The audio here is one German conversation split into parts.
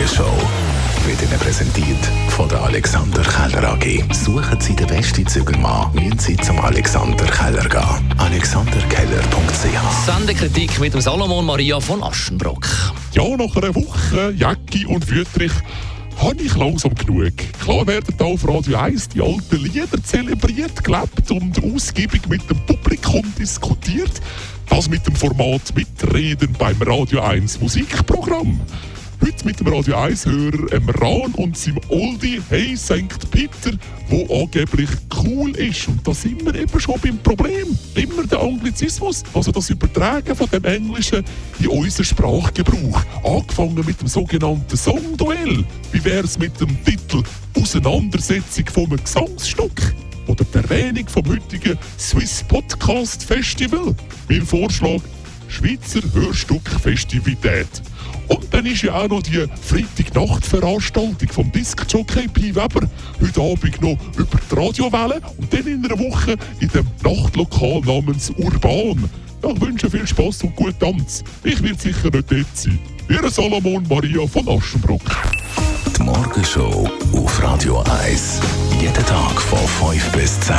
Morgenshow wird Ihnen präsentiert von der Alexander Keller AG. Suchen Sie den besten Zügelmann, müssen Sie zum Alexander Keller gehen. alexanderkeller.ch. Sendekritik mit dem Salomon Maria von Aschenbrock. Ja, nach einer Woche Jäcki und Wüttrich habe ich langsam genug. Klar werden da auf Radio 1 die alten Lieder zelebriert, gelebt und ausgiebig mit dem Publikum diskutiert. Das mit dem Format Mitreden beim Radio 1 Musikprogramm. Heute mit dem Radio 1-Hörer Ran und seinem Oldie «Hey St. Peter», wo angeblich cool ist. Und da sind wir eben schon beim Problem. Immer der Anglizismus, also das Übertragen von dem Englischen in unseren Sprachgebrauch. Angefangen mit dem sogenannten Songduell. Wie wär's mit dem Titel «Auseinandersetzung von einem Gesangsstück»? Oder die Erwähnung vom heutigen Swiss Podcast Festival. Mein Vorschlag: Schweizer Hörstück-Festivität. Und dann ist ja auch noch die Freitagnacht-Veranstaltung vom Disc-Jockey Pi Weber. Heute Abend noch über die Radiowelle und dann in einer Woche in dem Nachtlokal namens Urban. Ja, ich wünsche viel Spass und guten Tanz. Ich werde sicher nicht dort sein. Ihr Salomon Maria von Aschenbrock. Die Morgenshow auf Radio 1. Jeden Tag von 5 bis 10.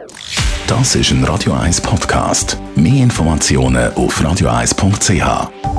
Das ist ein Radio 1 Podcast. Mehr Informationen auf radio1.ch.